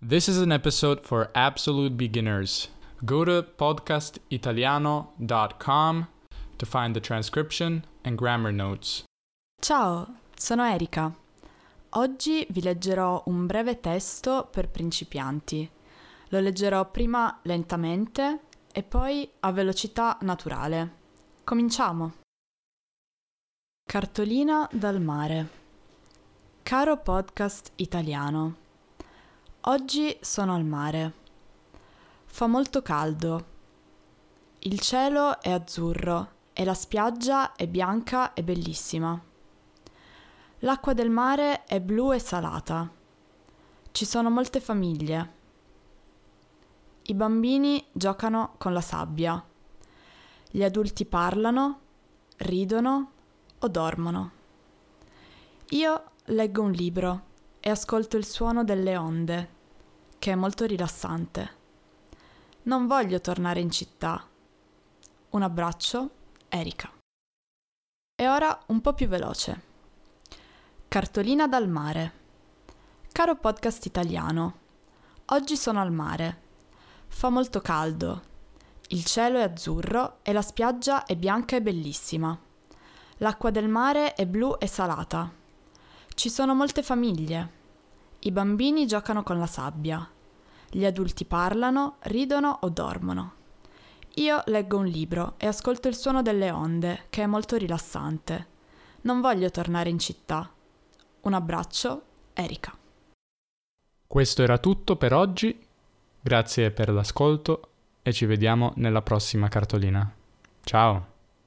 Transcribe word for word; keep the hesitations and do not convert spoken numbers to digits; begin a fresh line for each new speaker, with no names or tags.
This is an episode for absolute beginners. Go to podcast italiano dot com to find the transcription and grammar notes.
Ciao, sono Erika. Oggi vi leggerò un breve testo per principianti. Lo leggerò prima lentamente e poi a velocità naturale. Cominciamo! Cartolina dal mare. Caro podcast italiano, oggi sono al mare. Fa molto caldo. Il cielo è azzurro e la spiaggia è bianca e bellissima. L'acqua del mare è blu e salata. Ci sono molte famiglie. I bambini giocano con la sabbia. Gli adulti parlano, ridono o dormono. Io leggo un libro e ascolto il suono delle onde, che è molto rilassante. Non voglio tornare in città. Un abbraccio, Erika. E ora un po' più veloce. Cartolina dal mare. Caro podcast italiano, oggi sono al mare. Fa molto caldo. Il cielo è azzurro e la spiaggia è bianca e bellissima. L'acqua del mare è blu e salata. Ci sono molte famiglie. I bambini giocano con la sabbia. Gli adulti parlano, ridono o dormono. Io leggo un libro e ascolto il suono delle onde, che è molto rilassante. Non voglio tornare in città. Un abbraccio, Erika.
Questo era tutto per oggi. Grazie per l'ascolto e ci vediamo nella prossima cartolina. Ciao!